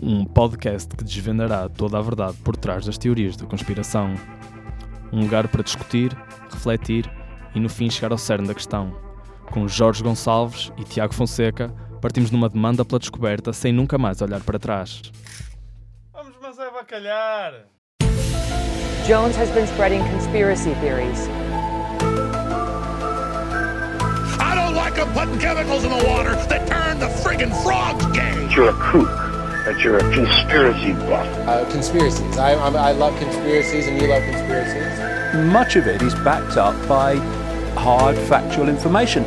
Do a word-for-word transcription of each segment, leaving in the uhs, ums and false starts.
um podcast que desvendará toda a verdade por trás das teorias da conspiração. Um lugar para discutir, refletir e no fim chegar ao cerne da questão. Com Jorge Gonçalves e Tiago Fonseca, partimos numa demanda pela descoberta sem nunca mais olhar para trás. Vamos, mas é bacalhar! Jones has been spreading conspiracy theories. I don't like them putting chemicals in the water that turn the friggin' frogs gay. You're a kook, but you're a conspiracy buff. Uh, conspiracies. I, I, I love conspiracies and you love conspiracies. Much of it is backed up by hard factual information.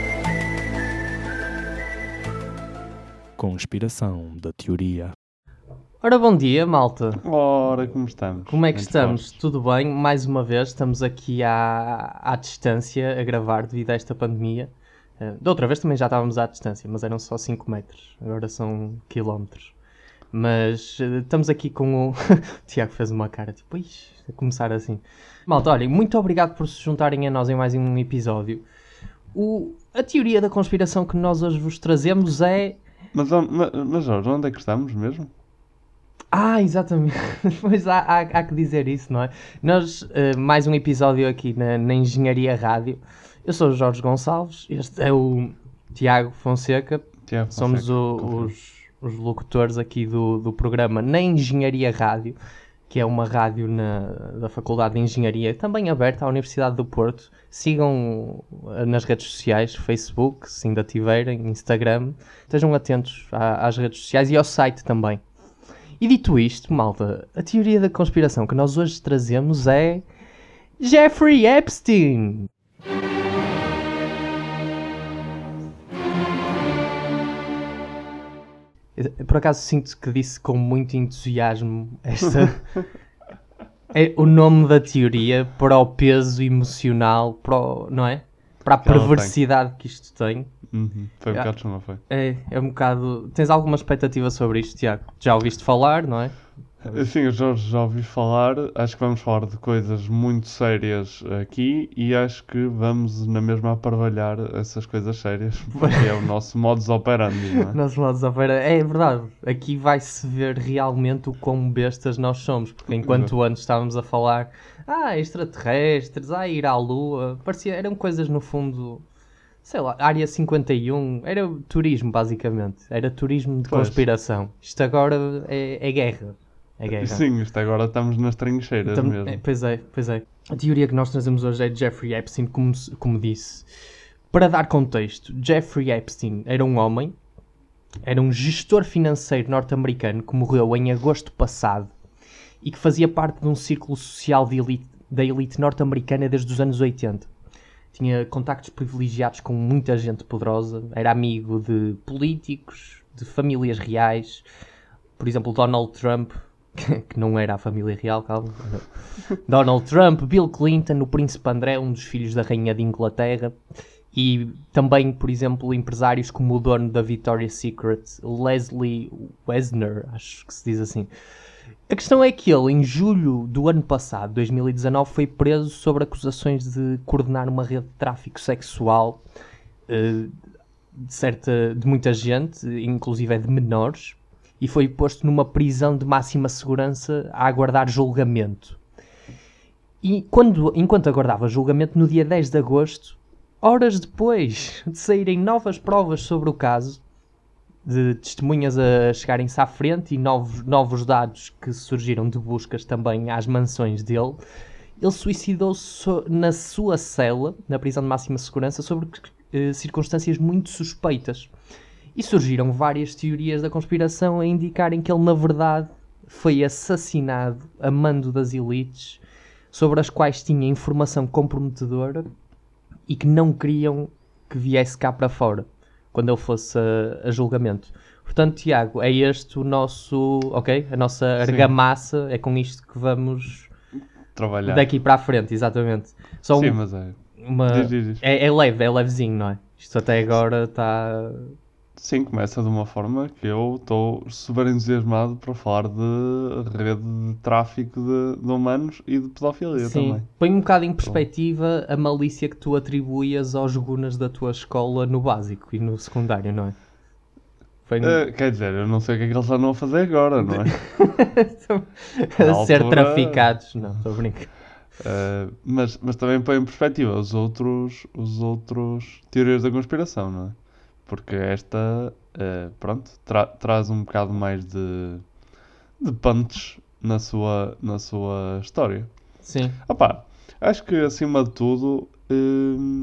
Conspiração da teoria. Ora, bom dia, malta. Ora, como estamos? Como é que Muito estamos? fortes. Tudo bem? Mais uma vez, estamos aqui à, à distância a gravar devido a esta pandemia. Uh, da outra vez também já estávamos à distância, mas eram só cinco metros. Agora são quilómetros. Mas uh, estamos aqui com o... o Tiago fez uma cara tipo, ixi, a começar assim. Malta, olhem, muito obrigado por se juntarem a nós em mais um episódio. O... A teoria da conspiração que nós hoje vos trazemos é... Mas, ó, mas, mas Jorge, onde é que estamos mesmo? Ah, exatamente. Pois há, há, há que dizer isso, não é? Nós, uh, mais um episódio aqui na, na Engenharia Rádio. Eu sou o Jorge Gonçalves, este é o Tiago Fonseca. Tiago Somos Fonseca, o, os, os locutores aqui do, do programa na Engenharia Rádio, que é uma rádio na, da Faculdade de Engenharia, também aberta à Universidade do Porto. Sigam nas redes sociais, Facebook, se ainda tiverem, Instagram. Estejam atentos à, às redes sociais e ao site também. E dito isto, malta, a teoria da conspiração que nós hoje trazemos é Jeffrey Epstein. Por acaso sinto que disse com muito entusiasmo esta... é o nome da teoria para o peso emocional, para o, não é? Para a Que ela perversidade que isto tem. Uhum. Foi um Ah. bocado chama, foi. É, é um bocado... Tens alguma expectativa sobre isto, Tiago? Já ouviste falar, não é? Sim, o Jorge já ouvi falar. Acho que vamos falar de coisas muito sérias aqui e acho que vamos na mesma aparvalhar essas coisas sérias, porque é o nosso modus operandi, não é? Nosso modo de operar. É verdade, aqui vai-se ver realmente o quão bestas nós somos, porque enquanto antes estávamos a falar ah, extraterrestres, ah, ir à Lua, parecia, eram coisas no fundo, sei lá, Área cinquenta e um, era turismo basicamente, era turismo de Pois. conspiração. Isto agora é, é guerra. É guerra. Sim, isto agora estamos nas trincheiras Tam- mesmo. é, pois é, pois é. A teoria que nós trazemos hoje é de Jeffrey Epstein, como, se- como disse. Para dar contexto, Jeffrey Epstein era um homem, era um gestor financeiro norte-americano que morreu em agosto passado e que fazia parte de um círculo social de elite, da elite norte-americana desde os anos oitenta. Tinha contactos privilegiados com muita gente poderosa, era amigo de políticos, de famílias reais, por exemplo, Donald Trump, que não era a família real, calma. Donald Trump, Bill Clinton, o Príncipe André, um dos filhos da Rainha de Inglaterra, e também, por exemplo, empresários como o dono da Victoria's Secret, Leslie Wexner, acho que se diz assim. A questão é que ele, em julho do ano passado, dois mil e dezanove, foi preso sobre acusações de coordenar uma rede de tráfico sexual eh, de, certa, de muita gente, inclusive de menores, e foi posto numa prisão de máxima segurança a aguardar julgamento. E quando, enquanto aguardava julgamento, no dia dez de agosto, horas depois de saírem novas provas sobre o caso, de testemunhas a chegarem-se à frente e novos, novos dados que surgiram de buscas também às mansões dele, ele suicidou-se so- na sua cela, na prisão de máxima segurança, sobre eh, circunstâncias muito suspeitas. E surgiram várias teorias da conspiração a indicarem que ele, na verdade, foi assassinado a mando das elites, sobre as quais tinha informação comprometedora e que não queriam que viesse cá para fora, quando ele fosse a, a julgamento. Portanto, Tiago, é este o nosso, ok? A nossa argamassa, é com isto que vamos Trabalhar. daqui para a frente, exatamente. Só Sim, um- mas é. uma... Diz, diz, diz. É, é leve, é levezinho, não é? Isto até agora está... Sim, começa de uma forma que eu estou super entusiasmado para falar de rede de tráfico de, de humanos e de pedofilia Sim, também. põe um bocado em perspectiva a malícia que tu atribuías aos gunas da tua escola no básico e no secundário, não é? Foi... Uh, quer dizer, eu não sei o que é que eles andam a fazer agora, não é? a ser altura... traficados, não, estou a brincar. Uh, mas, mas também põe em perspectiva os outros, os outros teorias da conspiração, não é? Porque esta, uh, pronto, tra- traz um bocado mais de, de punch na sua, na sua história. Sim. Opa, acho que acima de tudo... Uh,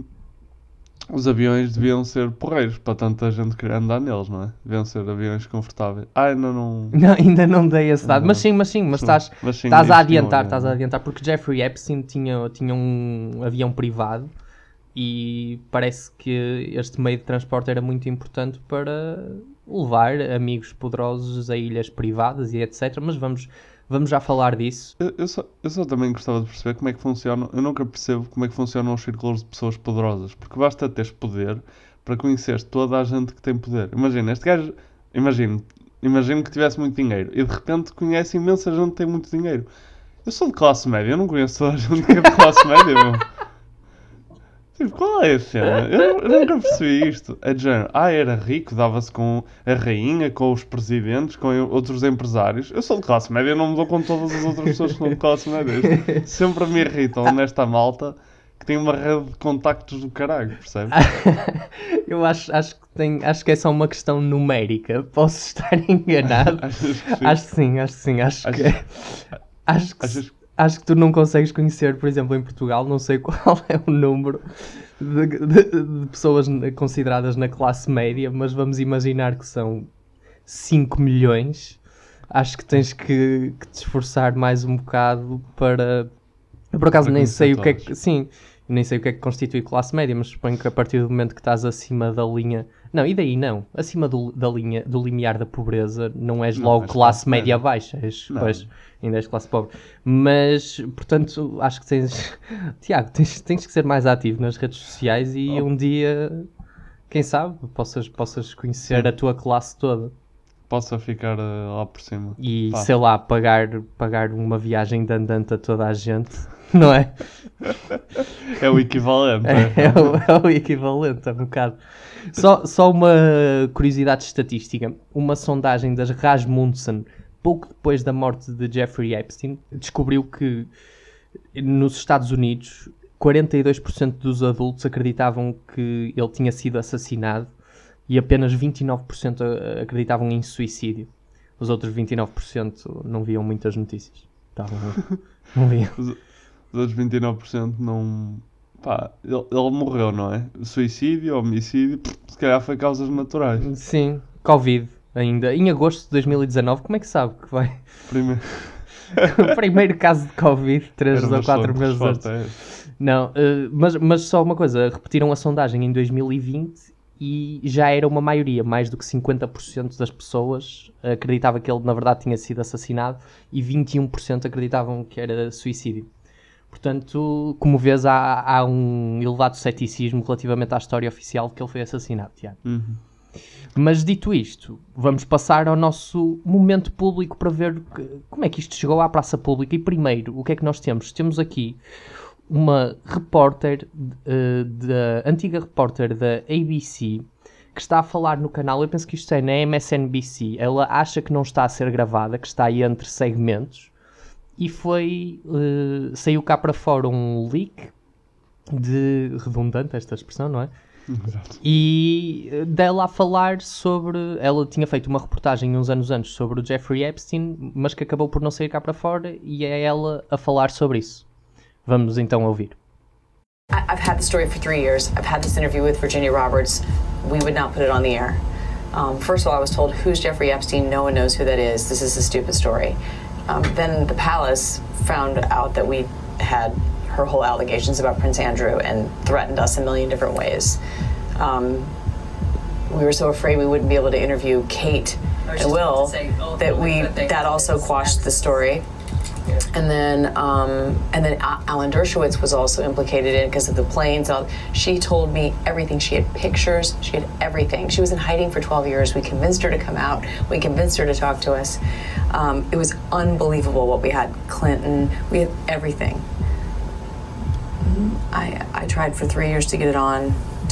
os aviões deviam ser porreiros para tanta gente querer andar neles, não é? Deviam ser aviões confortáveis. Ah, ainda não... não ainda não dei esse dado, mas sim, mas sim, mas estás, mas sim, estás a adiantar, estás a adiantar, porque Jeffrey Epstein tinha, tinha um avião privado e parece que este meio de transporte era muito importante para levar amigos poderosos a ilhas privadas e etcétera. Mas vamos... Vamos já falar disso. Eu, eu, só, eu só também gostava de perceber como é que funciona. Eu nunca percebo como é que funcionam os círculos de pessoas poderosas. Porque basta teres poder para conheceres toda a gente que tem poder. Imagina, este gajo... Imagino, imagino que tivesse muito dinheiro. E de repente conhece imensa gente que tem muito dinheiro. Eu sou de classe média. Eu não conheço toda a gente que é de classe média, meu. Tipo, qual é a cena? Eu, eu nunca percebi isto. É de género, ah, era rico, dava-se com a rainha, com os presidentes, com outros empresários. Eu sou de classe média, eu não me dou com todas as outras pessoas que são de classe média. Isto sempre me irritam nesta malta que tem uma rede de contactos do caralho, percebe? Eu acho, acho, que tem, acho que é só uma questão numérica. Posso estar enganado? Acho que sim, acho que sim. Acho que... Acho que... Acho que tu não consegues conhecer, por exemplo, em Portugal, não sei qual é o número de, de, de pessoas consideradas na classe média, mas vamos imaginar que são cinco milhões. Acho que tens que, que te esforçar mais um bocado para... Eu, por acaso, nem sei o que é que... Sim, nem sei o que é que constitui classe média, mas suponho que a partir do momento que estás acima da linha... Não, e daí não. Acima do, da linha, do limiar da pobreza, não és logo não, classe, classe média baixa. És, pois, ainda és classe pobre. Mas, portanto, acho que tens... Tiago, tens, tens que ser mais ativo nas redes sociais e oh. um dia, quem sabe, possas, possas conhecer Sim. a tua classe toda. Possa ficar uh, lá por cima. E, Pá. sei lá, pagar, pagar uma viagem de andante a toda a gente, não é? É o equivalente. É, é, o, é o equivalente, é um bocado. Só, só uma curiosidade estatística. Uma sondagem das Rasmussen, pouco depois da morte de Jeffrey Epstein, descobriu que nos Estados Unidos quarenta e dois por cento dos adultos acreditavam que ele tinha sido assassinado e apenas vinte e nove por cento acreditavam em suicídio. Os outros vinte e nove por cento não viam muitas notícias. Estavam, não viam. Os, os outros vinte e nove por cento não... Pá, ele, ele morreu, não é? Suicídio, homicídio, se calhar foi causas naturais. Sim, Covid ainda. Em agosto de dois mil e dezanove, como é que sabe que vai? Primeiro, o primeiro caso de Covid, três ou quatro meses antes. É. Não, uh, mas, mas só uma coisa, repetiram a sondagem em dois mil e vinte e já era uma maioria, mais do que cinquenta por cento das pessoas acreditava que ele na verdade tinha sido assassinado e vinte e um por cento acreditavam que era suicídio. Portanto, como vês, há, há um elevado ceticismo relativamente à história oficial de que ele foi assassinado, Tiago. Uhum. Mas dito isto, vamos passar ao nosso momento público para ver que, como é que isto chegou à praça pública. E primeiro, o que é que nós temos? Temos aqui uma repórter, uh, da antiga repórter da A B C, que está a falar no canal, eu penso que isto é na M S N B C, ela acha que não está a ser gravada, que está aí entre segmentos, e foi, uh, saiu cá para fora um leak de, redundante esta expressão, não é? Exato. E dela a falar sobre, ela tinha feito uma reportagem uns anos antes sobre o Jeffrey Epstein, mas que acabou por não sair cá para fora, e é ela a falar sobre isso. Vamos então ouvir. I've had the story for three years. I've had this interview with Virginia Roberts. We would not put it on the air. Um, first of all, I was told, who's Jeffrey Epstein? No one knows who that is. This is a stupid story. Um, then the palace found out that we had her whole allegations about Prince Andrew and threatened us a million different ways. Um, we were so afraid we wouldn't be able to interview Kate and Will say, oh, that we that also quashed the story. And then, um, and then Alan Dershowitz was also implicated in it because of the planes. She told me everything. She had pictures. She had everything. She was in hiding for twelve years. We convinced her to come out. We convinced her to talk to us. Um, it was unbelievable what we had. Clinton. We had everything. I, I tried for three years to get it on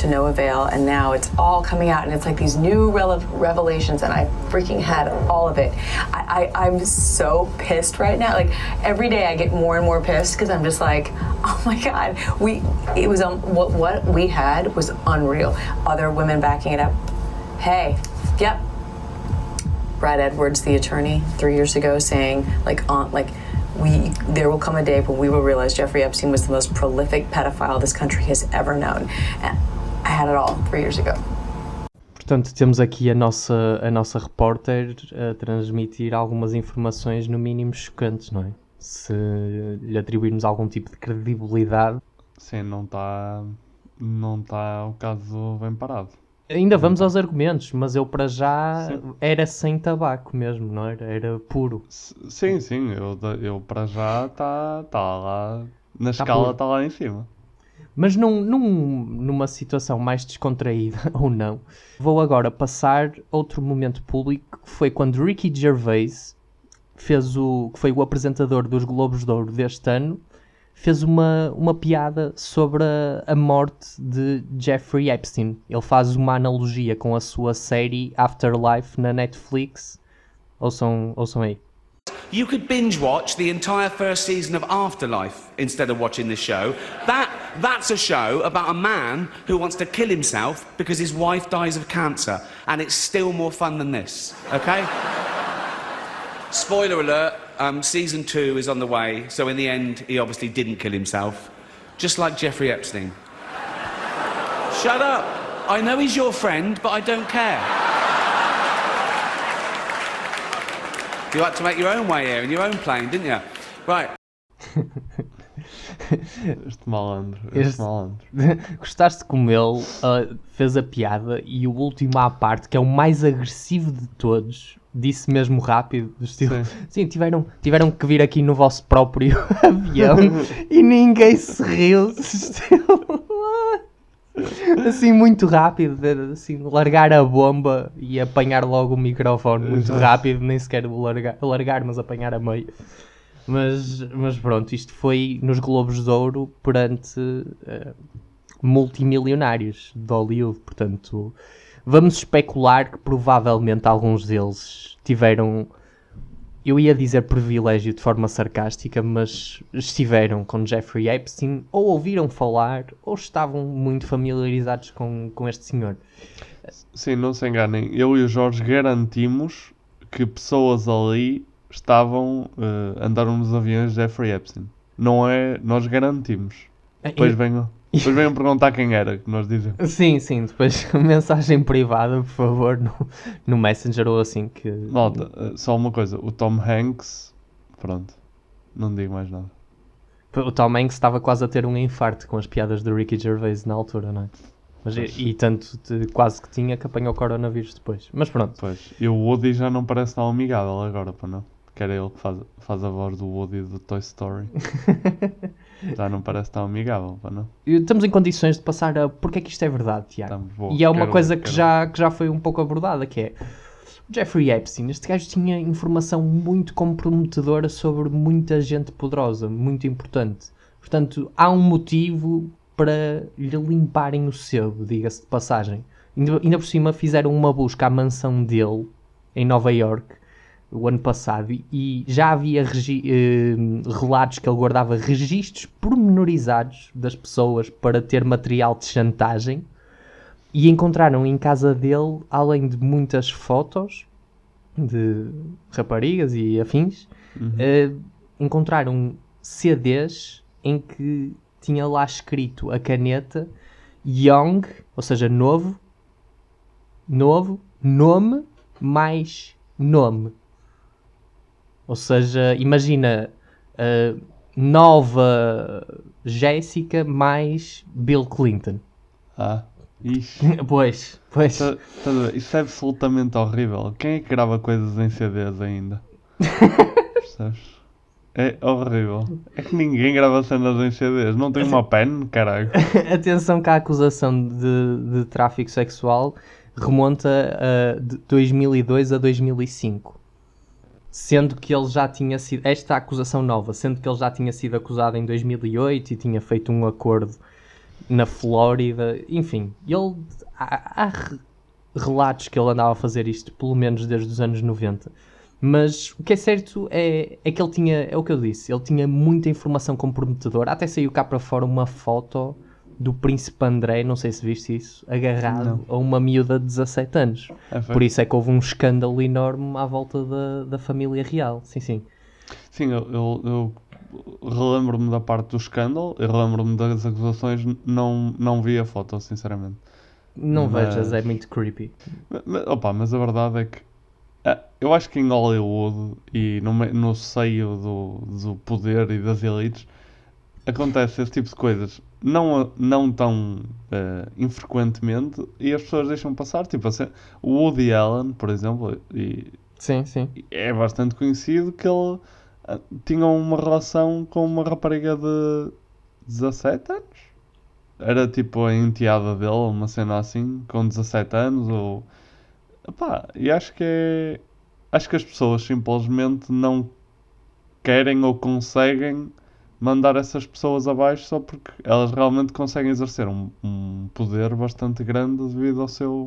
to no avail, and now it's all coming out, and it's like these new rele- revelations, and I freaking had all of it. I, I, I'm so pissed right now. Like, every day I get more and more pissed because I'm just like, oh my God, we, it was, um, what, what we had was unreal. Other women backing it up. Hey, yep. Brad Edwards, the attorney, three years ago saying, like, on, like, we, there will come a day when we will realize Jeffrey Epstein was the most prolific pedophile this country has ever known. And I had it all three years ago. Portanto, temos aqui a nossa, a nossa repórter a transmitir algumas informações no mínimo chocantes, não é? Se lhe atribuirmos algum tipo de credibilidade. Sim, não está não tá o caso bem parado. Ainda vamos aos argumentos, mas eu para já sim. Era sem tabaco mesmo, não era? Era puro. Sim, sim, eu, eu para já está tá lá, na tá escala está lá em cima. Mas num, num, numa situação mais descontraída, ou não, vou agora passar outro momento público, que foi quando Ricky Gervais, fez o, que foi o apresentador dos Globos de Ouro deste ano, fez uma, uma piada sobre a, a morte de Jeffrey Epstein. Ele faz uma analogia com a sua série Afterlife na Netflix. Ouçam, ouçam aí. You could binge watch the entire first season of Afterlife instead of watching this show. That that's a show about a man who wants to kill himself because his wife dies of cancer, and it's still more fun than this. Okay? Spoiler alert, um, season two is on the way, so in the end, he obviously didn't kill himself. Just like Jeffrey Epstein. Shut up! I know he's your friend, but I don't care. You had to make your own way here in your own plane, didn't you? Right. Este malandro, este, este malandro. Gostaste como ele uh, fez a piada e o último à parte, que é o mais agressivo de todos, disse mesmo rápido, do estilo, sim, sim tiveram, tiveram que vir aqui no vosso próprio avião e ninguém se riu, estilo, assim muito rápido, assim, largar a bomba e apanhar logo o microfone muito rápido, nem sequer largar, largar mas apanhar a meio. Mas, mas pronto, isto foi nos Globos de Ouro perante uh, multimilionários de Hollywood, portanto vamos especular que provavelmente alguns deles tiveram, eu ia dizer privilégio de forma sarcástica, mas estiveram com Jeffrey Epstein, ou ouviram falar, ou estavam muito familiarizados com, com este senhor. Sim, não se enganem, eu e o Jorge garantimos que pessoas ali estavam, uh, andaram nos aviões de Jeffrey Epstein. Não é, nós garantimos. Depois venham, depois venham perguntar quem era, que nós dizemos. Sim, sim, depois mensagem privada, por favor, no, no Messenger ou assim que... Malta, uh, só uma coisa, o Tom Hanks, pronto, não digo mais nada. O Tom Hanks estava quase a ter um infarto com as piadas do Ricky Gervais na altura, não é? Mas, e, e tanto de, quase que tinha que apanhou o coronavírus depois. Mas pronto. Pois, e o Woody já não parece tão amigável agora, pá, não? Que era ele que faz, faz a voz do Woody do Toy Story. Já não parece tão amigável, pá, não? Estamos em condições de passar a porque é que isto é verdade, Tiago. Então, vou, e é uma quero, coisa que quero. já, que já foi um pouco abordada, que é Jeffrey Epstein. Este gajo tinha informação muito comprometedora sobre muita gente poderosa, muito importante. Portanto, há um motivo para lhe limparem o sebo, diga-se de passagem. Ainda, ainda por cima fizeram uma busca à mansão dele, em Nova Iorque, o ano passado, e já havia regi- eh, relatos que ele guardava registros pormenorizados das pessoas para ter material de chantagem, e encontraram em casa dele, além de muitas fotos de raparigas e afins, uhum. eh, encontraram C Ds em que tinha lá escrito a caneta Young, ou seja, novo, novo, nome, mais nome. Ou seja, imagina uh, nova Jéssica mais Bill Clinton. Ah, ixi. Pois, pois. Tá, tá, isso é absolutamente horrível. Quem é que grava coisas em C Ds ainda? Percebes? É horrível. É que ninguém grava cenas em C Ds. Não tem uma pen, caralho. Atenção que a acusação de, de tráfico sexual remonta a de dois mil e dois a dois mil e cinco. Sendo que ele já tinha sido... Esta acusação nova, sendo que ele já tinha sido acusado em dois mil e oito e tinha feito um acordo na Flórida, enfim, ele, há, há re- relatos que ele andava a fazer isto, pelo menos desde os anos noventa. Mas o que é certo é, é que ele tinha, é o que eu disse, ele tinha muita informação comprometedora. Até saiu cá para fora uma foto do Príncipe André, não sei se viste isso, agarrado Não. a uma miúda de dezassete anos. É, foi. Por isso é que houve um escândalo enorme à volta da, da família real. Sim, sim. Sim, eu, eu, eu relembro-me da parte do escândalo, eu relembro-me das acusações, não, não vi a foto, sinceramente. Não Mas- vejas, é muito creepy. Mas, opa, mas a verdade é que ah, eu acho que em Hollywood e no, me- no seio do, do poder e das elites acontece esse tipo de coisas não, não tão eh, infrequentemente e as pessoas deixam passar. Tipo, assim, o Woody Allen, por exemplo, e, Sim, sim. e é bastante conhecido que ele ah, tinha uma relação com uma rapariga de dezassete anos. Era tipo a enteada dele, uma cena assim, com dezassete anos, ou... Epá, e acho que é... Acho que as pessoas simplesmente não querem ou conseguem mandar essas pessoas abaixo só porque elas realmente conseguem exercer um, um poder bastante grande devido ao seu...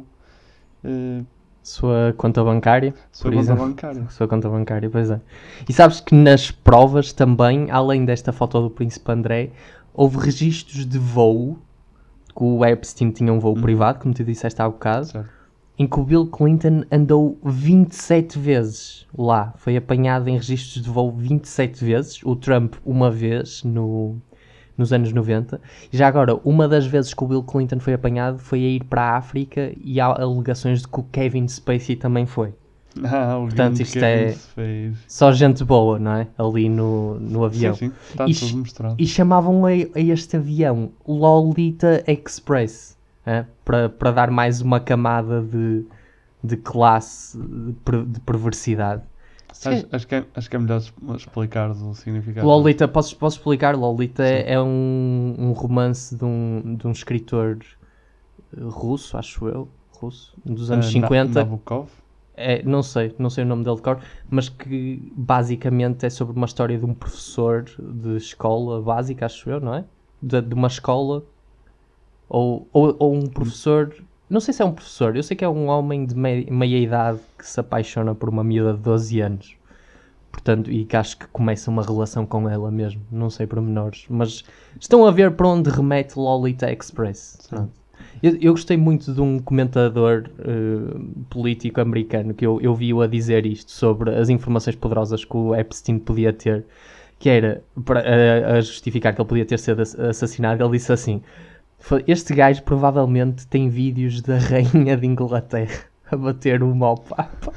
eh, Sua conta bancária, sua por conta exemplo. bancária. Sua conta bancária, pois é. E sabes que nas provas também, além desta foto do Príncipe André, houve registros de voo, que o Epstein tinha um voo privado, como tu disseste há bocado, Certo. em que o Bill Clinton andou vinte e sete vezes lá. Foi apanhado em registros de voo vinte e sete vezes. O Trump uma vez no, nos anos noventa. E já agora, uma das vezes que o Bill Clinton foi apanhado foi a ir para a África e há alegações de que o Kevin Spacey também foi. Ah, o Portanto, grande isto Kevin é- Spacey. Só gente boa, não é? Ali no, no avião. Sim, sim, está E tudo ch- mostrado. E chamavam a, a este avião Lolita Express, é? para, para dar mais uma camada de, de classe, de, per- de perversidade. Acho, acho, que é, acho que é melhor es- explicar o significado. Lolita, posso, posso explicar? Lolita é, é um, um romance de um, de um escritor russo, acho eu, russo, dos anos Ah, cinquenta. Na- Nabokov? É, não sei, não sei o nome dele de cor, mas que basicamente é sobre uma história de um professor de escola básica, acho eu, não é? De, de uma escola, ou, ou, ou um professor, não sei se é um professor, eu sei que é um homem de mei- meia idade que se apaixona por uma miúda de doze anos, portanto, e que acho que começa uma relação com ela mesmo, não sei pormenores, mas estão a ver para onde remete Lolita Express. Pronto. Eu, eu gostei muito de um comentador uh, político americano que eu, eu vi-o a dizer isto sobre as informações poderosas que o Epstein podia ter, que era para, a, a justificar que ele podia ter sido ass- assassinado. Ele disse assim: "Foi- este gajo provavelmente tem vídeos da rainha de Inglaterra a bater uma ao Papa."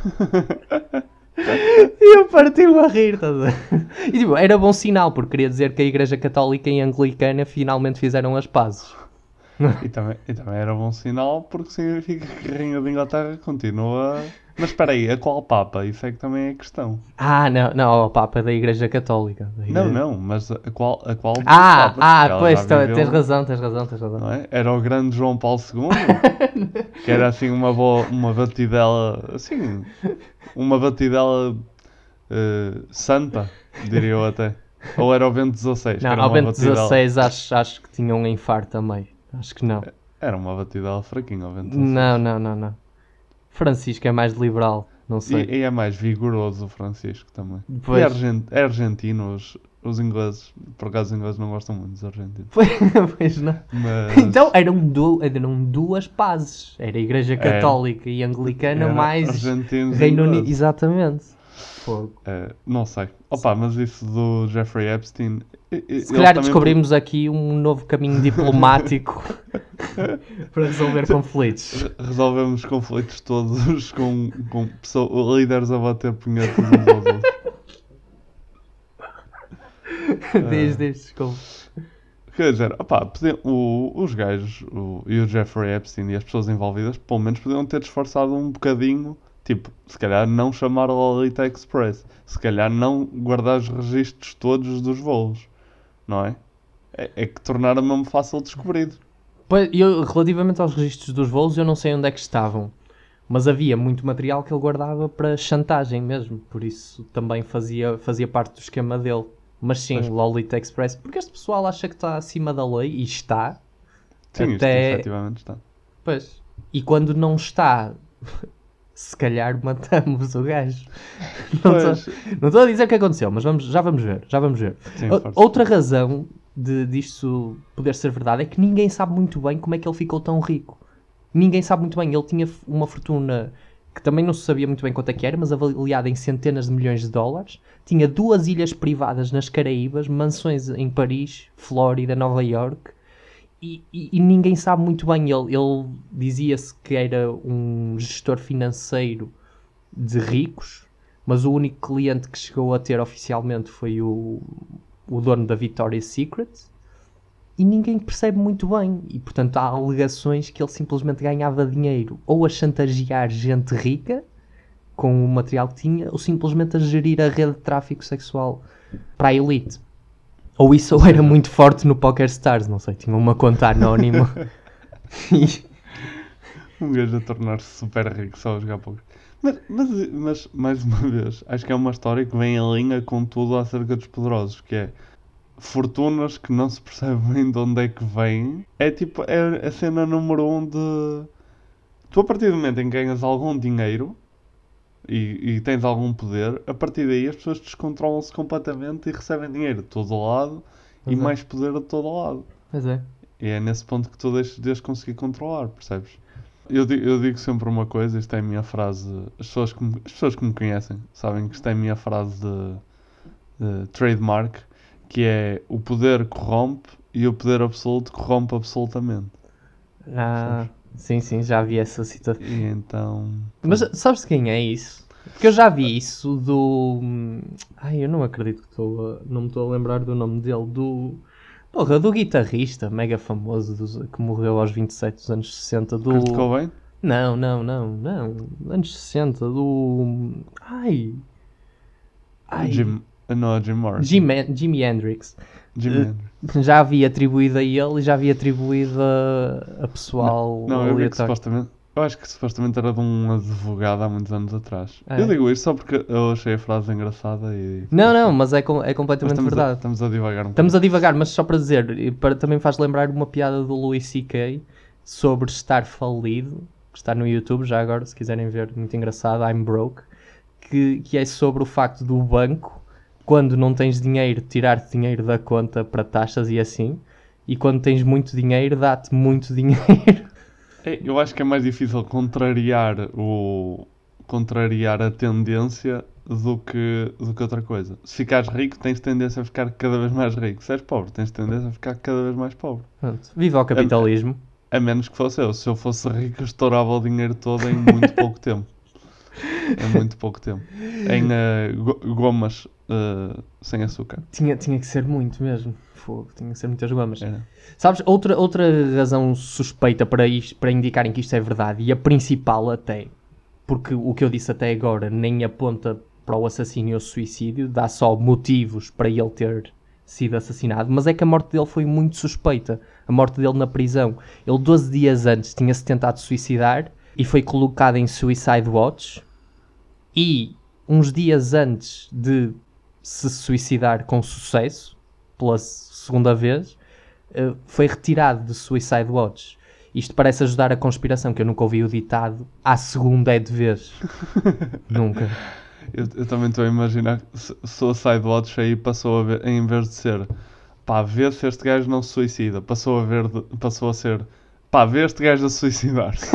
E eu parti-me a rir, estás a ver? E tipo, era bom sinal, porque queria dizer que a Igreja Católica e a Anglicana finalmente fizeram as pazes. E também, e também era bom sinal porque significa que a Rainha de Inglaterra continua. Mas espera aí, a qual Papa? Isso é que também é questão. Ah, não, não, o Papa da Igreja Católica. Da Não, igreja- não, mas a qual, a qual dos Ah, Papas? ah, Ela pois, já tá- viveu, tens razão, tens razão, tens razão. não é? Era o grande João Paulo segundo, que era assim uma, boa, uma batidela, assim, uma batidela eh, santa, diria eu até. Ou era o Bento dezasseis? que Não, era ao uma Bento batidela- dezasseis acho, acho que tinha um infarto também. Acho que não. Era uma batidela fraquinha ao Bento dezasseis. Não, não, não, não. Francisco é mais liberal, não sei. E, e é mais vigoroso o Francisco também. Pois. E é, argen- é argentino, os, os ingleses, por acaso os ingleses não gostam muito dos argentinos. Pois não. Mas Então eram, du eram duas pazes. Era a Igreja Era. Católica e Anglicana era mais argentinos e Reino Unido. ingleses. Exatamente. Fogo. Eh, não sei. Opa, mas isso do Jeffrey Epstein... e- e- Se ele calhar também descobrimos aqui um novo caminho diplomático para resolver conflitos. Re- Resolvemos conflitos todos com, com pessoas, líderes a bater punhetas uns aos outros. Diz, diz, desculpa. Quer dizer, opá, podiam- o- os gajos o- e o Jeffrey Epstein e as pessoas envolvidas, pelo menos podiam ter disfarçado um bocadinho, tipo, se calhar não chamar a Lolita Express, se calhar não guardar os registros todos dos voos, não é? É, é que tornaram mesmo fácil descobrir. Pois, eu, relativamente aos registros dos voos, eu não sei onde é que estavam. Mas havia muito material que ele guardava para chantagem mesmo. Por isso também fazia, fazia parte do esquema dele. Mas sim, Pois. Lolita Express. Porque este pessoal acha que está acima da lei, e está. Sim, Até... isto efetivamente está. Pois. E quando não está, se calhar matamos o gajo. Não estou, não estou a dizer o que aconteceu, mas vamos, já vamos ver. Já vamos ver. Sim, o, outra razão de, disto poder ser verdade é que ninguém sabe muito bem como é que ele ficou tão rico. Ninguém sabe muito bem. Ele tinha uma fortuna que também não se sabia muito bem quanto é que era, mas avaliada em centenas de milhões de dólares. Tinha duas ilhas privadas nas Caraíbas, mansões em Paris, Flórida, Nova York. E, e, e ninguém sabe muito bem. Ele, ele dizia-se que era um gestor financeiro de ricos, mas o único cliente que chegou a ter oficialmente foi o, o dono da Victoria's Secret. E ninguém percebe muito bem. E, portanto, há alegações que ele simplesmente ganhava dinheiro ou a chantagear gente rica com o material que tinha, ou simplesmente a gerir a rede de tráfico sexual para a elite. Ou isso ou era muito forte no Poker Stars, não sei, tinha uma conta anónima. e... Um gajo a tornar-se super rico só a jogar poker. Mas, mas, mas, mais uma vez, acho que é uma história que vem em linha com tudo acerca dos poderosos, que é fortunas que não se percebe bem de onde é que vêm. É tipo, é a cena número um de... Tu, a partir do momento em que ganhas algum dinheiro e, e tens algum poder, a partir daí as pessoas descontrolam-se completamente e recebem dinheiro de todo lado pois e é. mais poder de todo lado. Pois é. E é nesse ponto que tu deixas de conseguir controlar, percebes? Eu digo, eu digo sempre uma coisa, isto é a minha frase, as pessoas que me, as pessoas que me conhecem sabem que isto é a minha frase de, de trademark, que é: o poder corrompe e o poder absoluto corrompe absolutamente. Ah, sim, sim, já vi essa citação. E então... Mas sabes quem é isso? Porque eu já vi isso do... Ai, eu não acredito que estou a... não me estou a lembrar do nome dele, do... Porra, do guitarrista mega famoso dos... que morreu aos vinte e sete dos anos sessenta, do... Kurt Cobain? Não, não, não, não, anos sessenta, do... Ai... Ai... Jim... Não, é Jim Morrison. Jim, Jimi Hendrix. Jimi uh, Hendrix. Já havia atribuído a ele e já havia atribuído a, a pessoal não, não, eu vi que aleatório. supostamente... Eu acho que supostamente era de um advogado há muitos anos atrás. É. Eu digo isto só porque eu achei a frase engraçada e... Não, não, mas é, com, é completamente estamos verdade. A, estamos a divagar um Estamos pouco. a divagar, mas só para dizer, e para, também faz lembrar uma piada do Louis C K sobre estar falido, que está no YouTube, já agora, se quiserem ver, muito engraçado, I'm Broke, que, que é sobre o facto do banco, quando não tens dinheiro, tirar-te dinheiro da conta para taxas e assim, e quando tens muito dinheiro, dá-te muito dinheiro. Eu acho que é mais difícil contrariar, o, contrariar a tendência do que, do que outra coisa. Se ficares rico, tens tendência a ficar cada vez mais rico. Se és pobre, tens tendência a ficar cada vez mais pobre. Pronto. Viva o capitalismo. A, a menos que fosse eu. Se eu fosse rico, eu estourava o dinheiro todo em muito pouco tempo. Em muito pouco tempo. Em uh, gomas uh, sem açúcar. Tinha, tinha que ser muito mesmo. Fogo, tinha que ser muitas gomas. Era. Sabes, outra, outra razão suspeita para, isto, para indicarem que isto é verdade, e a principal até, porque o que eu disse até agora nem aponta para o assassínio ou suicídio, dá só motivos para ele ter sido assassinado, mas é que a morte dele foi muito suspeita. A morte dele na prisão. Ele doze dias antes tinha-se tentado suicidar e foi colocado em Suicide Watch, e uns dias antes de se suicidar com sucesso, pela segunda vez, uh, foi retirado de Suicide Watch. Isto parece ajudar a conspiração, que eu nunca ouvi o ditado "à segunda é de vez". Nunca. Eu, eu também estou a imaginar que Suicide Watch aí passou a ver, em vez de ser pá, vê se este gajo não se suicida, passou a, ver de, passou a ser pá, vê este gajo a suicidar-se.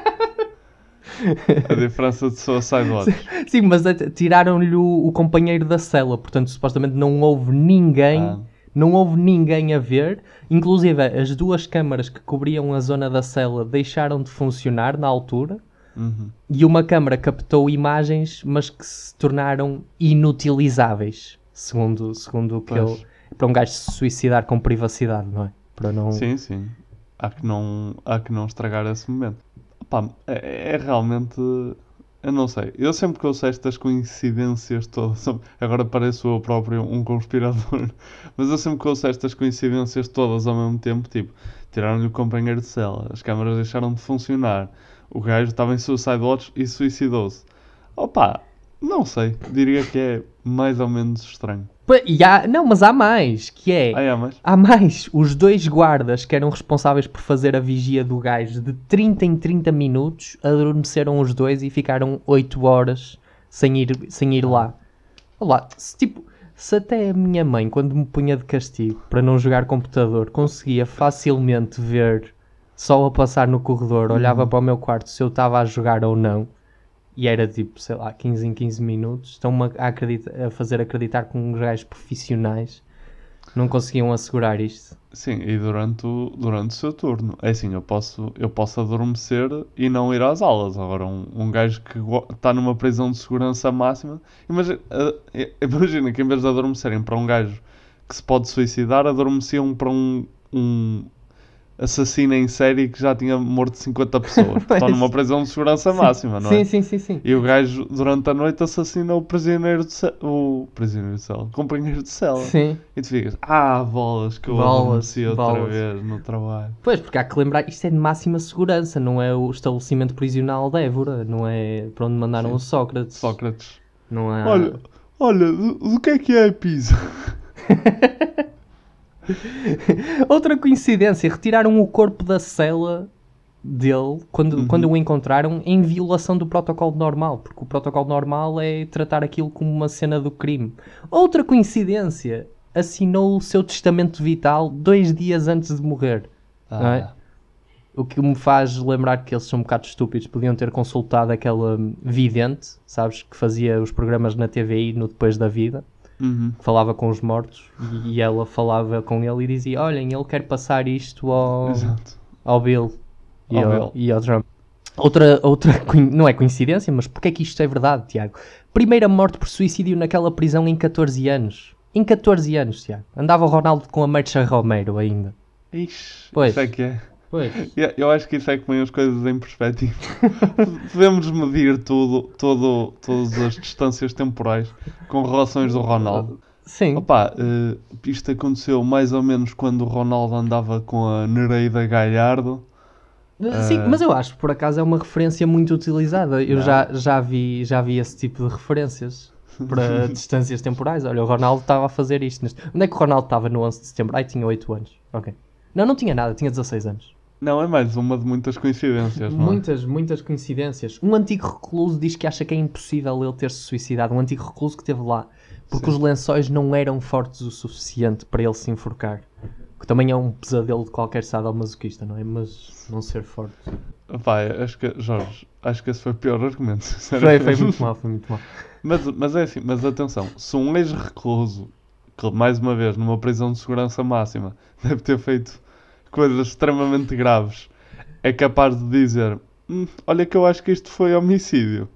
A diferença de Suicide Watch. Sim, mas tiraram-lhe o, o companheiro da cela, portanto supostamente não houve ninguém... Ah. Não houve ninguém a ver, inclusive as duas câmaras que cobriam a zona da cela deixaram de funcionar na altura, uhum. E uma câmara captou imagens, mas que se tornaram inutilizáveis, segundo, segundo o que ele... Para um gajo se suicidar com privacidade, não é? Para não... Sim, sim. Há que não, há que não estragar esse momento. Pá, é, é realmente... Eu não sei, eu sempre que ouço estas coincidências todas, agora pareço eu próprio um conspirador, mas eu sempre que ouço estas coincidências todas ao mesmo tempo, tipo, tiraram-lhe o companheiro de cela, as câmaras deixaram de funcionar, o gajo estava em Suicide Watch e suicidou-se. Opa, não sei, diria que é mais ou menos estranho. Pá, e há, não, mas há mais, que é... Ah, é, mas... Há mais. Os dois guardas que eram responsáveis por fazer a vigia do gajo de trinta em trinta minutos adormeceram os dois e ficaram oito horas sem ir, sem ir lá. Olá, se, tipo, se até a minha mãe, quando me punha de castigo para não jogar computador, conseguia facilmente ver só a passar no corredor, olhava Uhum. para o meu quarto se eu estava a jogar ou não, e era tipo, sei lá, quinze em quinze minutos, estão-me a, acredita- a fazer acreditar que uns gajos profissionais não conseguiam assegurar isto. Sim, e durante o, durante o seu turno. É assim, eu posso, eu posso adormecer e não ir às aulas. Agora, um, um gajo que está numa prisão de segurança máxima... Imagina, uh, imagina que em vez de adormecerem para um gajo que se pode suicidar, adormeciam para um... um assassino em série que já tinha morto cinquenta pessoas. Estão numa prisão de segurança sim, máxima, não sim, é? Sim, sim, sim. E o gajo, durante a noite, assassina o prisioneiro de cela. O prisioneiro de cela. O companheiro de cela. Sim. E tu ficas, ah, bolas, que eu Bolas, adormeci outra bolas. vez no trabalho. Pois, porque há que lembrar, isto é de máxima segurança, não é o estabelecimento prisional de Évora, não é para onde mandaram Sim. o Sócrates. Sócrates. Não há... Olha, olha, do, do que é que é a pizza? Outra coincidência, retiraram o corpo da cela dele quando, Uhum. quando o encontraram em violação do protocolo normal, porque o protocolo normal é tratar aquilo como uma cena do crime. Outra coincidência, assinou o seu testamento vital dois dias antes de morrer. Ah. Não é? O que me faz lembrar que eles são um bocado estúpidos, podiam ter consultado aquela vidente, sabes, que fazia os programas na T V I no Depois da Vida. Uhum. Falava com os mortos e ela falava com ele e dizia, olhem, ele quer passar isto ao, Exato. ao Bill e Ao ao, Bill. e ao Trump. Outra, outra, coin- não é coincidência, mas porque é que isto é verdade, Tiago? Primeira morte por suicídio naquela prisão em catorze anos. Em catorze anos, Tiago. Andava o Ronaldo com a Mercha Romero ainda. Ixi, Pois. isso é que é. Pois. Eu, eu acho que isso é que põe as coisas em perspectiva. Podemos medir tudo, todo, todas as distâncias temporais com relações do Ronaldo. Sim. Opa, uh, isto aconteceu mais ou menos quando o Ronaldo andava com a Nereida Galhardo. Sim, Uh, mas eu acho que por acaso é uma referência muito utilizada. Eu Não. já, já, vi, já vi esse tipo de referências para distâncias temporais. Olha, o Ronaldo estava a fazer isto. Neste... Onde é que o Ronaldo estava no onze de setembro? Ai, tinha oito anos. Ok. Não, não tinha nada, tinha dezasseis anos. Não, é mais uma de muitas coincidências, não é? Muitas, muitas coincidências. Um antigo recluso diz que acha que é impossível ele ter-se suicidado. Um antigo recluso que esteve lá. Porque Sim. os lençóis não eram fortes o suficiente para ele se enforcar. Que também é um pesadelo de qualquer sadomasoquista, não é? Mas não ser forte. Opa, acho que, Jorge, acho que esse foi o pior argumento. Foi, sinceramente. foi muito mal, foi muito mal. Mas, mas é assim, mas atenção, se um ex-recluso, que mais uma vez numa prisão de segurança máxima, deve ter feito coisas extremamente graves, é capaz de dizer, hum, olha que eu acho que isto foi homicídio.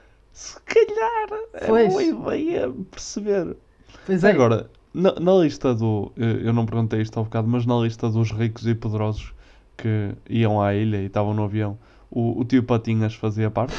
Se calhar é Pois. boa ideia perceber. Pois é. Agora, na, na lista do, eu eu não perguntei isto há bocado, mas na lista dos ricos e poderosos que iam à ilha e estavam no avião, o, o tio Patinhas fazia parte?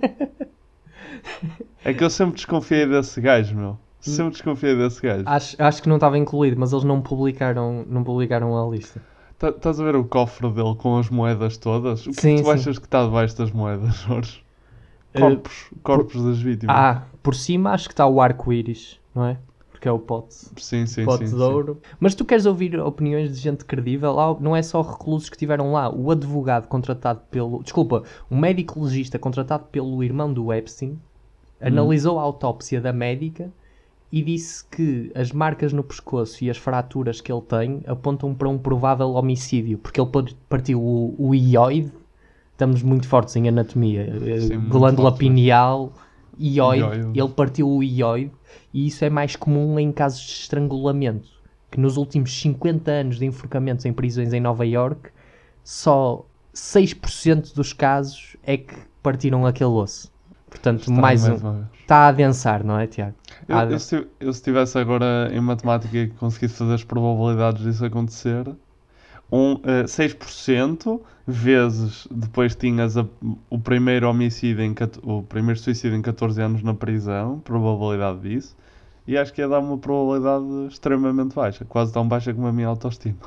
É que eu sempre desconfiei desse gajo, meu. Sempre desconfiei desse gajo. Acho, acho que não estava incluído, mas eles não publicaram, não publicaram a lista. Tá- Estás a ver o cofre dele com as moedas todas? O que Sim, é que tu sim. achas que está debaixo das moedas, Jorge? Eh, Corpos, corpos das vítimas. Ah, por cima acho que está o arco-íris, não é? Porque é o pote. sim, sim, pote sim, de sim. ouro. Mas tu queres ouvir opiniões de gente credível? Lá não é só reclusos que estiveram lá. O advogado contratado pelo... Desculpa, o médico legista contratado pelo irmão do Epstein analisou a autópsia da médica e disse que as marcas no pescoço e as fraturas que ele tem apontam para um provável homicídio, porque ele par- partiu o, o ióide. Estamos muito fortes em anatomia. Sim, muito Glândula fortes mesmo. pineal, ióide. Ióide. Ele partiu o ióide e isso é mais comum em casos de estrangulamento. Que nos últimos cinquenta anos de enforcamentos em prisões em Nova Iorque, só seis por cento dos casos é que partiram aquele osso. Portanto, Está mais um. mais uma vez. Está a adensar, não é, Tiago? Eu, Há- eu, se, eu se estivesse agora em matemática e conseguisse fazer as probabilidades disso acontecer, um, eh, seis por cento vezes depois tinhas a- o primeiro homicídio, em, cat- o primeiro suicídio em catorze anos na prisão, probabilidade disso, e acho que ia dar uma probabilidade extremamente baixa, quase tão baixa como a minha autoestima.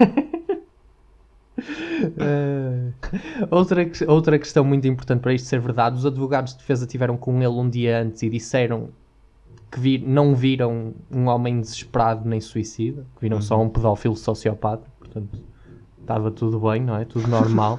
Eh, outra, que- outra questão muito importante para isto ser verdade, os advogados de defesa tiveram com ele um dia antes e disseram que vi, não viram um homem desesperado nem suicida, que viram uhum. só um pedófilo sociopata, portanto estava tudo bem, não é? Tudo normal.